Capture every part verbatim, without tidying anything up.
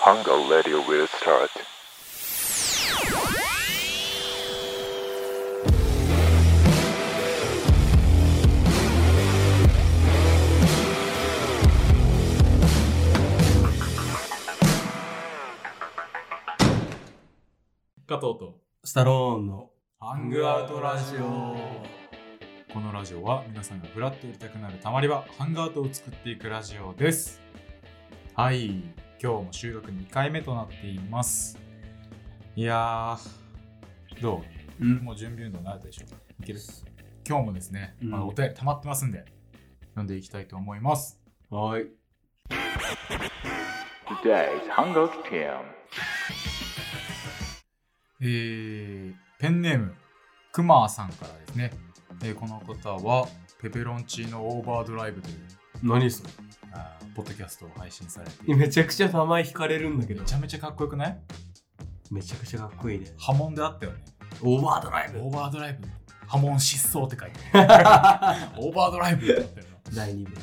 Hunger Radio will start. 加藤とスタローンのハングアウトラジオ。このラジオは皆さんがフラッとやりたくなるたまり場、ハングアウトを作っていくラジオです。はい、今日も収録にかいめとなっています。いやー、どう、うん、もう準備運動慣れたでしょ。いける？今日もですね、うん、まあ、お便り溜まってますんで読んでいきたいと思います。 はい。 Today's Hunger Team。 えー、ペンネームくまーさんからですね、えー、この方はペペロンチーノオーバードライブという何それあポッドキャストを配信されて、 めちゃくちゃ名前惹かれるんだけど、 めちゃめちゃかっこよくない？ めちゃくちゃかっこいいね。 波紋であったよね。 オーバードライブ、 オーバードライブ、波紋失踪って書いてあるオーバードライブってなってるの。だいに部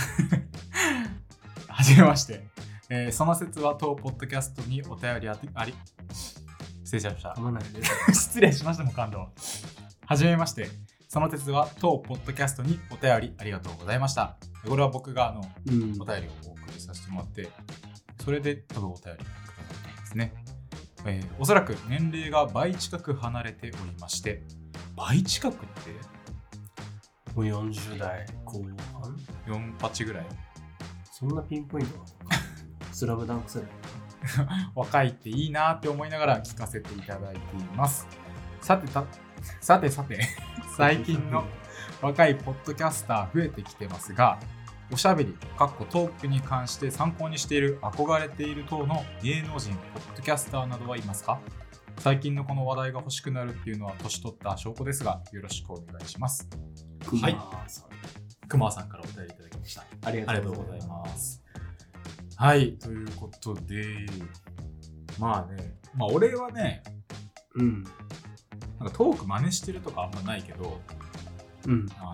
はじめまして、えー、その説は当ポッドキャストにお便りあり失礼しました。失礼しましたも感動。はじめまして。その説は当ポッドキャストにお便りありがとうございました。これは僕があの、うん、お便りをお送りさせてもらって、それで多分お便りくださったんですね。えー、おそらく年齢が倍近く離れておりまして、倍近くってもうよんじゅう代後半？ よんじゅうはちぐらい？ そんなピンポイントスラムダンク世代若いっていいなって思いながら聞かせていただいています。さてたさてさて最近の若いポッドキャスター増えてきてますが、おしゃべりかっこトークに関して参考にしている、憧れている等の芸能人ポッドキャスターなどはいますか？最近のこの話題が欲しくなるっていうのは年取った証拠ですが、よろしくお願いします。 くまさん、 くまさんからお便りいただきました。 ありがとうございます。 ます。はい、ということで、まあね、まあ俺はね、 うん、 なんかトーク真似してるとかあんまないけど、 うん、 あの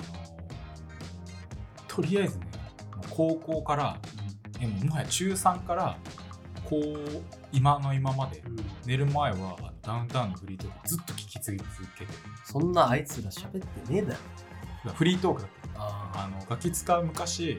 とりあえずね、高校から、うん、もはや中さんからこう今の今まで、うん、寝る前はダウンタウンのフリートークずっと聞き続けてる。 そんなあいつら喋ってねえだろ。 フリートークだった。ああのガキ使う昔、うん、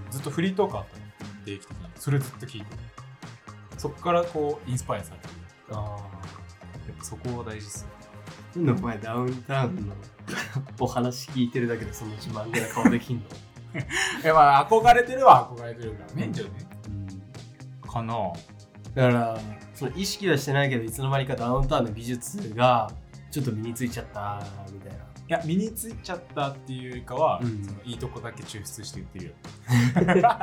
ずっとフリートークあったの。定期的にそれずっと聞いてる。そこからこうインスパイアされてる。ああ、やっぱそこは大事っすよ。 なんでお前ダウンタウンのお話聞いてるだけでその自慢げな顔できんの？ いや、まあ憧れてるは憧れてるからね、うん、じゃあね、うん、かな。 だからその意識はしてないけど、いつの間にかダウンタウンの技術がちょっと身についちゃったみたいな。いや、身についちゃったっていうよりかは、うん、そのいいとこだけ抽出して言ってるよ。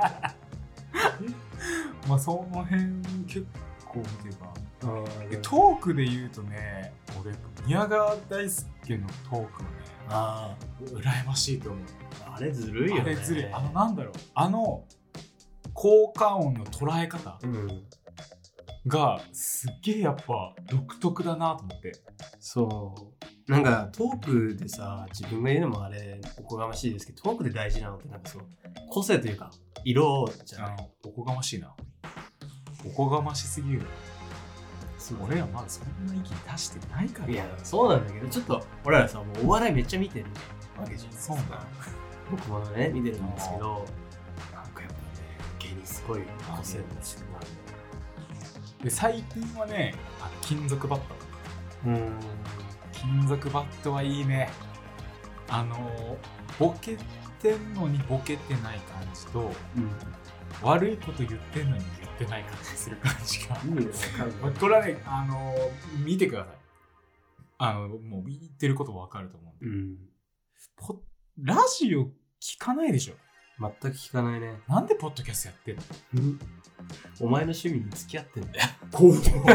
まあその辺結構見てば、トークで言うとね、俺宮川大輔のトークをね、あ羨ましいと思う。 あれずるいよね。 あれずるい。あのなんだろう、あの効果音の捉え方がすっげえやっぱ独特だなと思って。 そうなんかトークでさ、自分が言うのもあれおこがましいですけど、トークで大事なのってなんかその個性というか色じゃない。 おこがましいな。おこがましすぎる。俺らまだそんな息出してないから。 いや、そうなんだけど、ちょっと俺らさ、もうお笑いめっちゃ見てるわけじゃん。 そうだ。 僕もね、見てるんですけど、なんかやっぱね、芸人すごい個性だし。 で、最近はね、あの金属バット。うん。金属バットはいいね。あの、ボケてんのにボケてない感じと、うん、悪いこと言ってんのに言ってない感じする感じが。いいね、これはね、あの、見てください。あの、もう言ってること分かると思う。うん。ポラジオ聞かないでしょ。 全く聞かないね。 なんでポッドキャストやってんの？うん、 お前の趣味に付き合ってんだよ。 怖っ。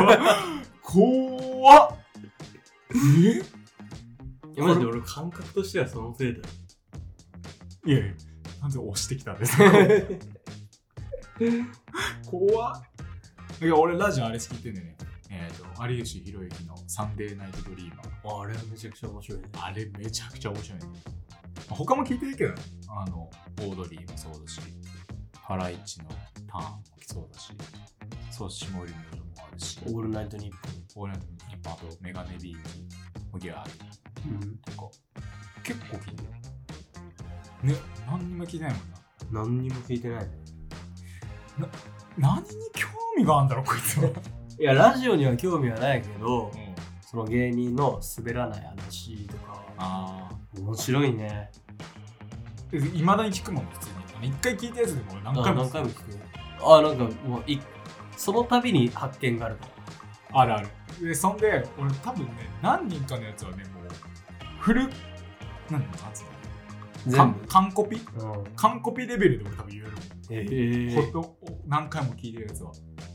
怖っ。え？ いや、マジで俺感覚としてはそのせいだよ。 いやいや、なんで押してきたんですか？怖っ。いや、俺ラジオあれ好きってんだよね。えっ、ー、と、有吉弘行のサンデーナイトドリーマー。 あれはめちゃくちゃ面白いね。 あれめちゃくちゃ面白いね。他も聞いてるけどね。あの、オードリーもそうだし、ハライチのターンもそうだし、 そう霜降り明星もあるし、 オールナイトニッポン。 オールナイトニッポン、あとメガネビーキ、おぎゃーうん。 とか結構聞いてるね。何にも聞いてないもんな。 何にも聞いてないね。 何に興味があるんだろうこいつは。 いや、ラジオには興味はないけど、 うん、 その芸人の滑らない話とか、 あ面白いね。 あ、いまだに聞くもん普通に。あの一回聞いたやつでも俺何回もあ何回も聞く。あ、なんかもうい、その度に発見があるから。 あるある。で、そんで、俺多分ね、何人かのやつはね、もう、フル、何なんつうの全部。 完コピうん。 完コピレベルで俺多分言えるもん。 ええほと何回も聞いてるやつは。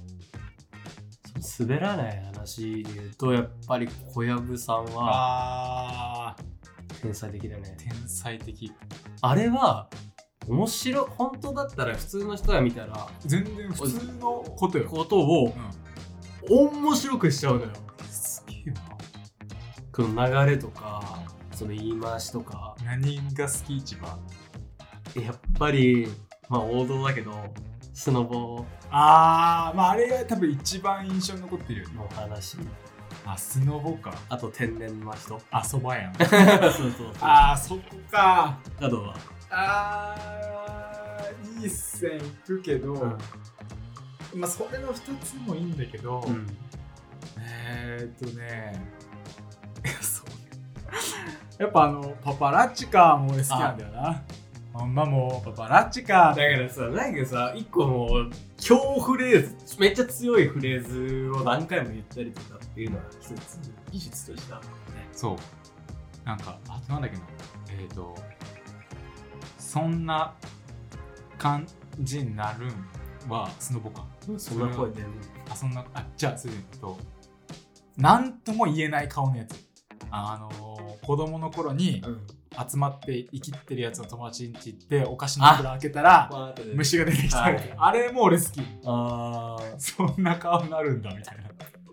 滑らない話で言うと、やっぱり小籔さんはあ天才的だね。 天才的。 あれは面白い。本当だったら普通の人が見たら全然普通のことよ。 ことをうん。 面白くしちゃうのよ。 すげえよな。 この流れとかその言い回しとか、 何が好き一番？ やっぱりまあ王道だけどスノボあー、まああれが多分一番印象に残ってるよね。 の話、 あ、スノボか。 あと天然の人あ、そばやん。 そうそうそう。 あー、そこか。 あとはあー、いい線いくけど、 うんまあそれのふたつもいいんだけど、 うんえーっとねそうやっぱあのパパラッチカーも俺好きなんだよな。ほんまもうパパラッチカーだからさ、なんかさ、一個もう強フレーズ、めっちゃ強いフレーズを何回も言ったりとかっていうのは一つ技術としてあるからね。 そうなんかあとなんだっけなえーっとそんな感じになるんはスノボか。 そんな声で、ね、 あそんなあじゃあそれとなんとも言えない顔のやつ。あのー、子供の頃にうん、 集まって生きってるやつの友達ん家行ってお菓子の袋開けたら虫が出てきた、 はい、 あれも俺好き。 あーそんな顔になるんだみたい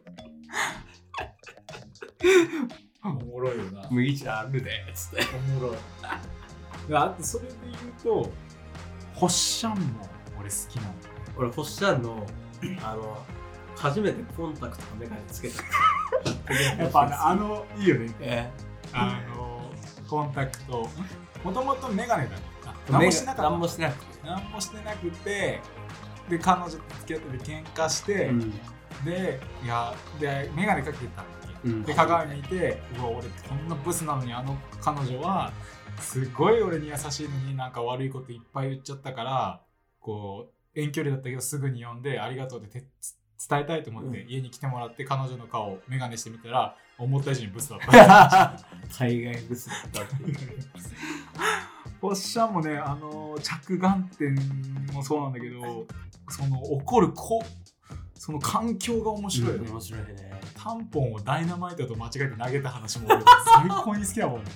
な。おもろいよな。 麦茶あるでっつって。 おもろい。あとそれで言うとホッシャンも俺好きなの。 俺ホッシャンのあの初めてコンタクトのメガネつけた。 やっぱあの、あのいいよね。 えあのコンタクトもともとメガネだった。 ー、 何もしなかった。 何もしなくて。 何もしてなくて、で彼女と付き合ってて喧嘩して、うん、でいやでメガネかけてたんだっけ、うん、で鏡見て、うわ俺こんなブスなのにあの彼女はすごい俺に優しいのになんか悪いこといっぱい言っちゃったから、こう遠距離だったけどすぐに呼んでありがとうって伝えたいと思って家に来てもらって、彼女の顔をメガネしてみたら思った以上にブスだった海外ブスだったっていうホッシャンもね、あの着眼点もそうなんだけど、その起こるこその環境が面白いよね、 うん、面白いね。 タンポンをダイナマイトと間違えて投げた話も俺最高に好きだもんね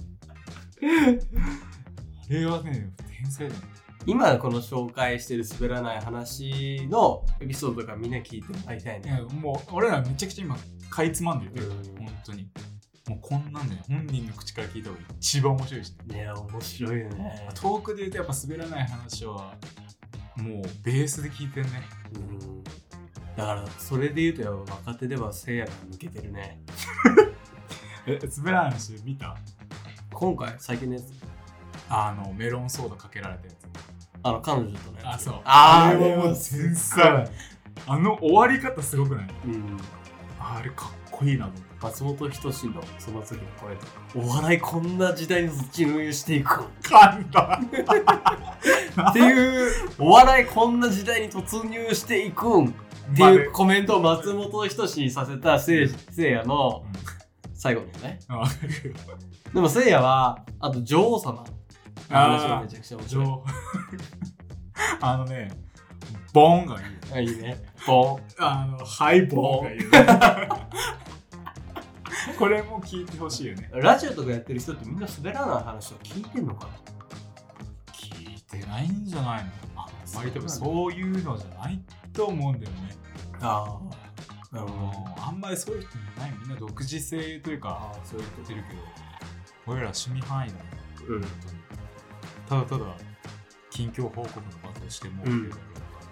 あれはね天才だね。 今この紹介してる滑らない話のエピソードとかみんな聞いてもらいたいね。 いやもう俺らめちゃくちゃ今かいつまんでるよ、うん、本当にもうこんなんね本人の口から聞いた方が一番面白いしね。 いや面白いよね。 トークで言うとやっぱ滑らない話はもうベースで聞いてるね。 うん、だからそれで言うとやっぱ若手ではせいやが抜けてるねえ滑らない話見た？ 今回最近のやつ、 あのメロンソーダかけられたやつ、 あの彼女とね。 あ、そう。 あれはもう天才。あの終わり方すごくない？ うん。 あれかっこいいなと思って。 松本人志のその時の声と、お笑いこんな時代に突入していく。 噛んだ。 っていう、お笑いこんな時代に突入していくんっていうコメントを松本人志にさせたせいやの最後のね。でもせいやは、あと女王様。話がめちゃくちゃ面白い。 あのね、ボーンがいい。 あ、いいね。ボーン。 あの、ハイボーンがいい、ね。これも聞いてほしいよね。 ラジオとかやってる人ってみんな滑らない話は聞いてんのかな？ 聞いてないんじゃないの？あんまり多分そういうのじゃないと思うんだよね。 ああ。なるほど。あんまりそういう人もない。みんな独自性というか、そう言ってるけど、俺ら趣味範囲だね。 うん。 ただただ近況報告の場としても、うん、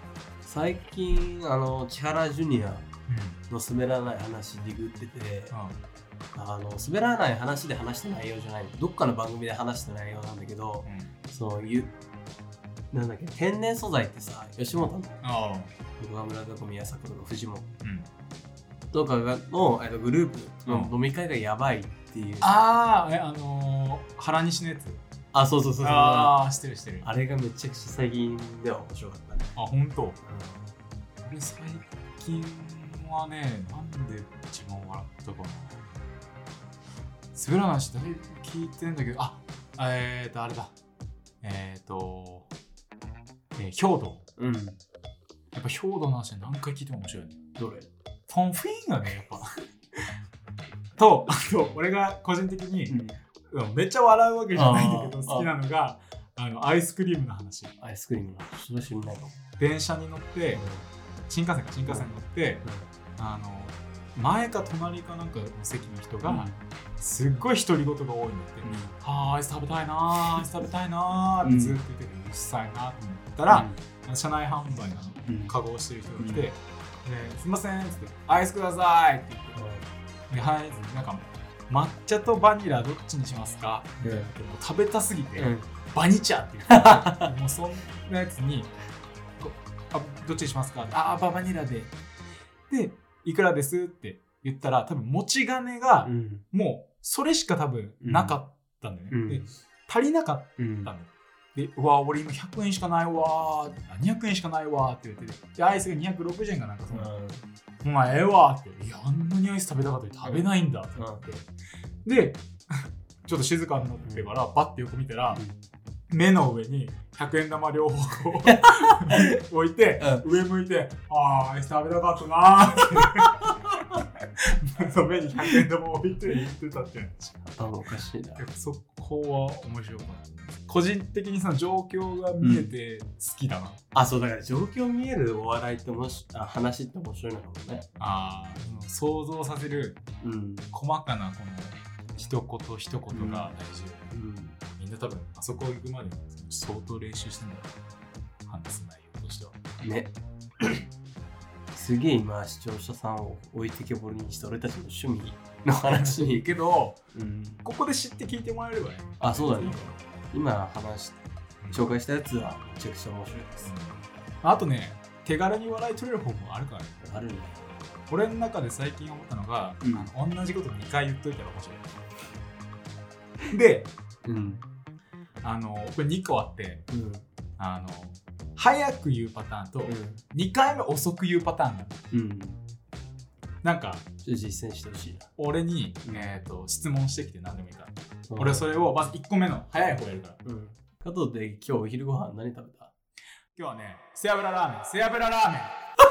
最近あの千原ジュニアの滑らない話ディグってて、うん、あの滑らない話で話した内容じゃないの、どっかの番組で話した内容なんだけど、うん、そういうなんだっけ、天然素材ってさ、吉本の岡村とか宮迫とか藤本、うん、とかがのえっとグループの飲み会がやばいっていう、うん、 ああえあのー、原西のやつ、 あそうそうそうそう、 ああしてるしてる、 あれがめちゃくちゃ最近では面白かったね。あ本当、うん、俺最近はね、なんで一番笑ったかな、滑らない話誰聞いてんだけど、あえーとあれだえーとえー、兵道、うん、やっぱ兵道の話は何回聞いても面白いね。 どれ？ フォンフィンがね、やっぱと、あと俺が個人的に、うん、めっちゃ笑うわけじゃないんだけど好きなのがあのアイスクリームの話。 アイスクリームの話、それ知らないかも。 電車に乗って、うん、新幹線か新幹線に乗って、うん、あの前か隣かなんかの席の人が、うん、すっごい独り言が多いんだって、うん、はーアイス食べたいなーアイス食べたいなーってずっと言ってて、うるさいなと思ったら、うん、車内販売のカゴをしてる人が来て、うん、ですいませんっつってアイスくださいって言って、うん、ではいなんか抹茶とバニラどっちにしますかって言って、もう食べたすぎて、うん、バニチャって言ってもうそんなやつにあどっちにしますか、あババニラででいくらですって言ったら、多分持ち金がもうそれしか多分なかったんだよね、うん、で足りなかったの、うん、でうわ俺今ひゃくえんしかないわーにひゃくえんしかないわーって言ってて、でアイスがにひゃくろくじゅうえんがなんかその、うん、お前ええわーって、いやあんなにアイス食べたかったのに食べないんだって言って、うん、でちょっと静かになってからバッて横見たら、うん、目の上にひゃくえん玉両方こう置いて、うん、上向いて、あーアイス食べたかったなーってその目にひゃくえん玉置いて言ってたって頭おかしいな。 そこは面白かった。個人的にその状況が見えて好きだな、うん、 あそうだから状況見えるお笑いってもしあ話って面白いのかもね。 ああ想像させる、うん、細かなこの一言一言が大事、うんうん、みんな多分あそこ行くまで相当練習してんだよ、話す内容としてはねすげえ今視聴者さんを置いてけぼりにして俺たちの趣味の話にけど、うん、ここで知って聞いてもらえればね。 あそうだね、今話紹介したやつはめちゃくちゃ面白いです、 うん、あとね手軽に笑い取れる方法あるからね。 あるね。 俺の中で最近思ったのが、うん、あの同じことにかい言っといたら面白いで、うん、あのこれにこあって、うん、あの早く言うパターンと、うん、にかいめ遅く言うパターンがある、うん、なんか実践してほしいな。 俺に、うんえー、と質問してきて何でもいいから、うん、俺それをまずいっこめの早い方やるから、うん、 加藤で今日お昼ご飯何食べた？ 今日はね背脂ラーメン背脂ラーメン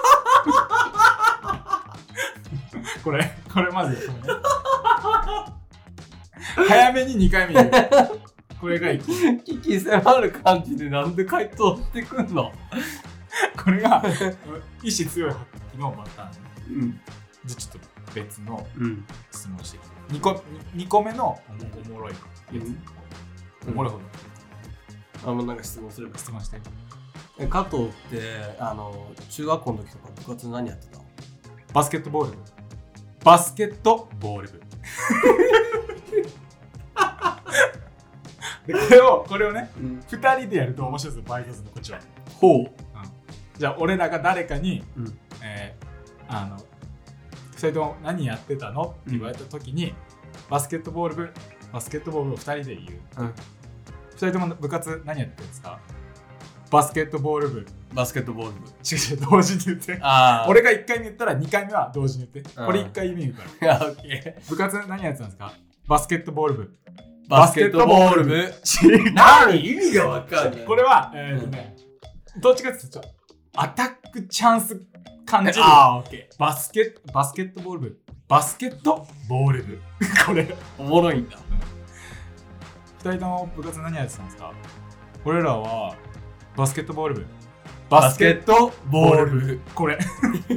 これこれまずこれ、ね、早めににかいめ言うこれがいい。 危機迫る感じでなんで回答してくんのこれが意志強い発揮のパターン、うん、じゃちょっと別の質問してきて、うん、に, 個にこめのおもろいやつ、うん、おもろいほどあもうなんか質問すれば質問して加藤ってあの中学校の時とか部活何やってた？ バスケットボール部バスケットボール部でこれをこれをね、うん、ふたりでやると面白いですよ。バイトするのこっちはほう、うん、 じゃあ俺らが誰かに、うんえー、あのふたりとも何やってたのって言われた時に、うん、バスケットボール部バスケットボール部をふたりで言う、うん、ふたりとも部活何やってるんですか？バスケットボール部バスケットボール部違う違う同時に言ってあ俺がいっかい目言ったらにかいめは同時に言って俺いっかいめ言うからオッケー部活何やってたんですか？バスケットボール部バスケットボール部何意味が分かんないこれは、えーとねうん、どっちかっていうとアタックチャンス感じるあーオッケーバスケバスケットボール部バスケットボール部これおもろいんだ。 ふたりとも部活何やってたんですか？俺らはバスケットボール部バスケットボール部これ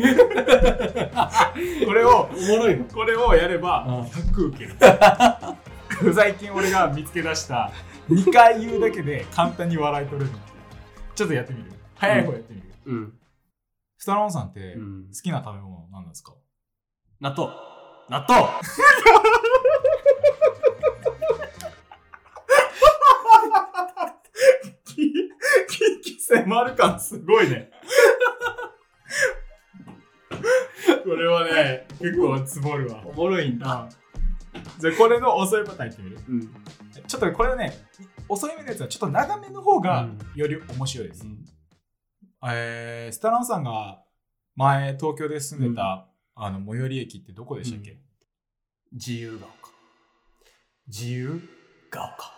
これをおもろいのこれをやればひゃく受ける最近俺が見つけ出したにかい言うだけで簡単に笑い取れる。ちょっとやってみる。早い方やってみる。うん。 スタローンさんって好うんきな食べ物何なんですか？ 納豆納豆危機迫る感すごいね。これはね、結構つぼるわ。 おもろいんだ。 じゃあこれの遅いパターンいってみる？ うん。 ちょっとこれね、遅い目のやつはちょっと長めの方がうんより面白いです。 うんえー、スタローンさんが前東京で住んでた、うん、あの最寄り駅ってどこでしたっけ？うん、 自由が丘。 自由が丘。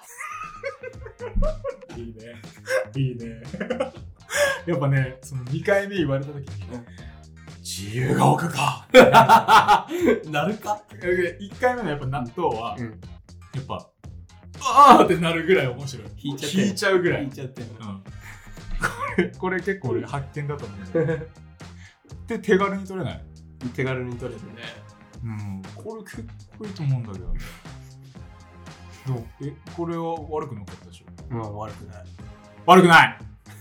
いいね。いいね。やっぱね、そのにかいめ言われた時に、うん、自由が丘かなるかいっかいめのやっぱ納豆は、うん、やっぱあーってなるぐらい面白い。 引いちゃって引いちゃうぐらい。 引いちゃってる、うん、 これこれ結構俺発見だと思うんだよで手軽に取れない？ 手軽に取れるね。 うん、これ結構いいと思うんだけどね。どう？え、これは悪くなかったでしょ？ うん、悪くない。 悪くない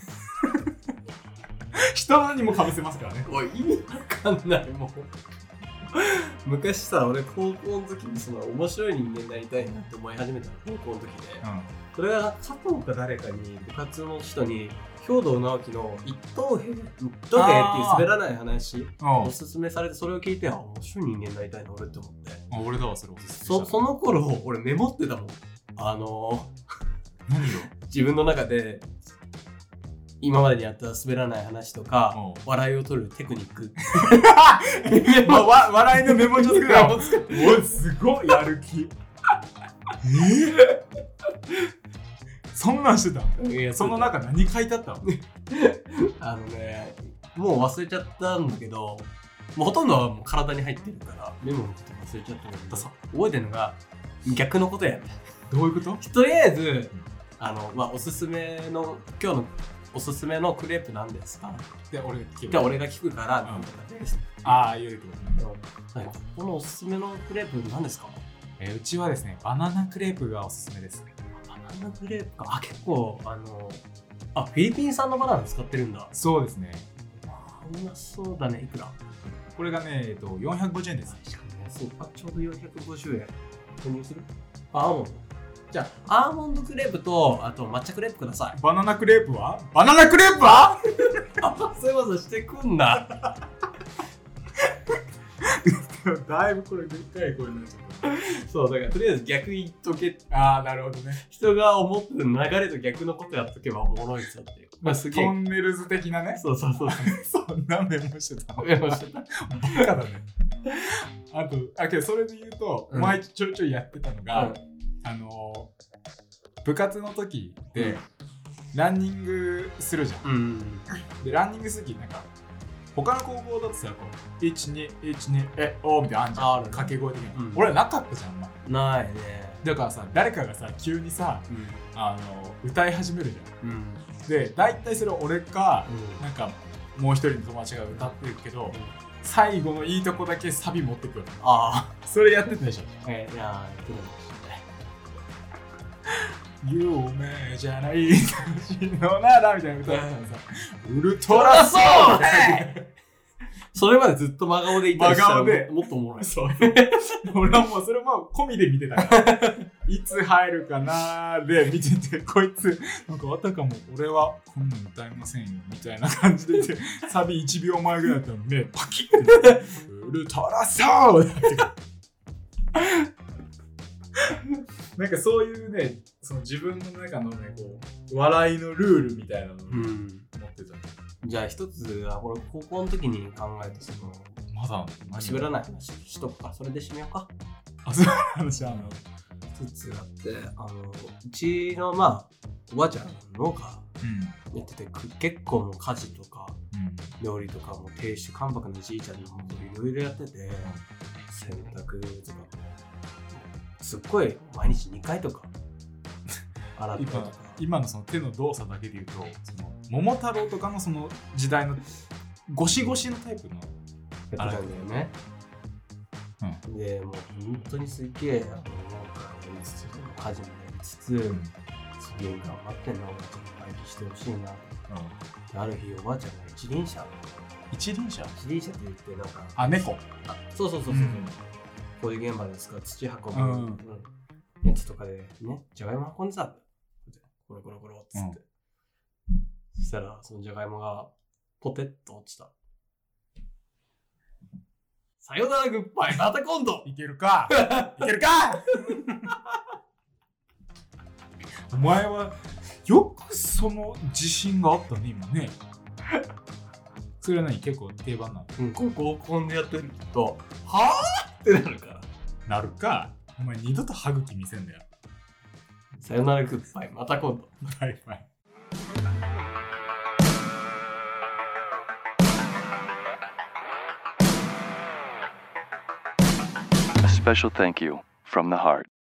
人のにもかぶせますからね。 おい、意味わかんないもう。昔さ、俺高校の時にその面白い人間になりたいなって思い始めたの、高校の時で、うん、それが加藤か誰かに部活の人に兵藤直樹の一等兵一等兵っていう滑らない話をおすすめされて、それを聞いて、あ、面白い人間になりたいな俺って思って。 あ、俺だわ、それおすすめした。 そその頃俺メモってたもん。あのー、何を自分の中で今までにやった滑らない話とか笑いを取るテクニックまあ、わ笑いのメモ帳作るのおいすごいやる気えそんなんしてた？いやその中何書いてあったの？ あのね、もう忘れちゃったんだけど、もうほとんどはもう体に入ってるからメモのこと忘れちゃったんだけどさ、覚えてるのが逆のことやね。 どういうこと？ とりあえずあの、まあ、おすすめの今日のおすすめのクレープなんですか？ で俺が聞く。 で俺が聞くから、なんとかです。 ああ、言うけど。 このおすすめのクレープ何ですか？ えー、うちはですね、バナナクレープがおすすめです。 バナナクレープか。あ、結構あのあフィリピン産のバナナ使ってるんだ。 そうですね。 あ、うまそうだね。いくら？ これがね、えっとよんひゃくごじゅうえんです。 しかもね、そう、あ、ちょうどよんひゃくごじゅうえん。購入する？あ、アーモンド。じゃあ、アーモンドクレープと、あと抹茶クレープください。 バナナクレープは？バナナクレープは？ あ、そういうことしてくんな。 だいぶこれでっかい声になっちゃった。 そう、だからとりあえず逆言っとけ。 ああ、なるほどね。 人が思ってる流れと逆のことやっとけばおもろいぞっていう。 まあ、すげえ。トンネルズ的なね。 そうそうそう。 そんなメモしてたの？ メモしてた。 バカだね。あと、あ、けどそれで言うと、うん、前ちょいちょいやってたのが、うん、あのー、部活の時で、うん、ランニングするじゃん。うん、で、ランニングする時なんか、他の高校だとさ、こう、いち、に、いち、に、え、おーみたいなのあんじゃん。掛け声的に。うん、俺はなかったじゃん、あんま。 ないね。 だからさ、誰かがさ、急にさ、うん、あの、歌い始めるじゃん。うん、で、大体それ俺か、うん、なんか、もう一人の友達が歌ってるけど、うん、最後のいいとこだけサビ持ってくる。ああ。それやってたでしょ。 えー、いやー、やってたかもし夢じゃない年のならみたいな歌ってたらさ、ウルトラソウルそれまでずっと真顔でいたりしたらも, もっとおもろい。 そう。俺はもうそれも込みで見てたから。いつ入るかなーで見てて、こいつ、なんかあたかも俺はこんなん歌いませんよみたいな感じでいて、サビいちびょうまえぐらいだったら目パキッてウルトラソウルってなんかそういうね、その自分の中のね、こう、笑いのルールみたいなのを持ってた、 うん、じゃあ一つ、これ高校の時に考えたその、 まだ滑らない話しとくか、それで締めようか。 あ、そういう話あの一つあって、あの、うちの、まあ、おばあちゃん農家やってて、うん、結構もう家事とか、うん、料理とかも亭主関白のじいちゃんのもいろいろやってて、うん、洗濯とか、すっごい毎日にかいとか洗ったりとか。 今のその手の動作だけで言うと、その桃太郎とかのその時代のゴシゴシのタイプのやってたんだよね。うん、でもう本当にすっげえあの農家をやりつつ家事もやりつつ、うん、すげえ頑張ってんなおばあちゃんに回帰してほしいな、うん、ある日おばあちゃんが一輪車一輪車一輪車って言ってなんかあ猫あそうそうそうそう、うん、こういう現場で使う土運ぶ、うんうん、やつとかでねじゃがいも運んでたコロコロコロっつって、うん、そしたらそのじゃがいもがポテッと落ちた。さよならグッバイまた今度いけるかいけるかお前はよくその自信があったね今ね。それは何結構定番なの？ うん、ここ合コンでやってるとはぁってなるからなるかお前二度と歯茎見せんだよ。 さよならグッバイまた今度バイバイ。 A special thank you from the heart.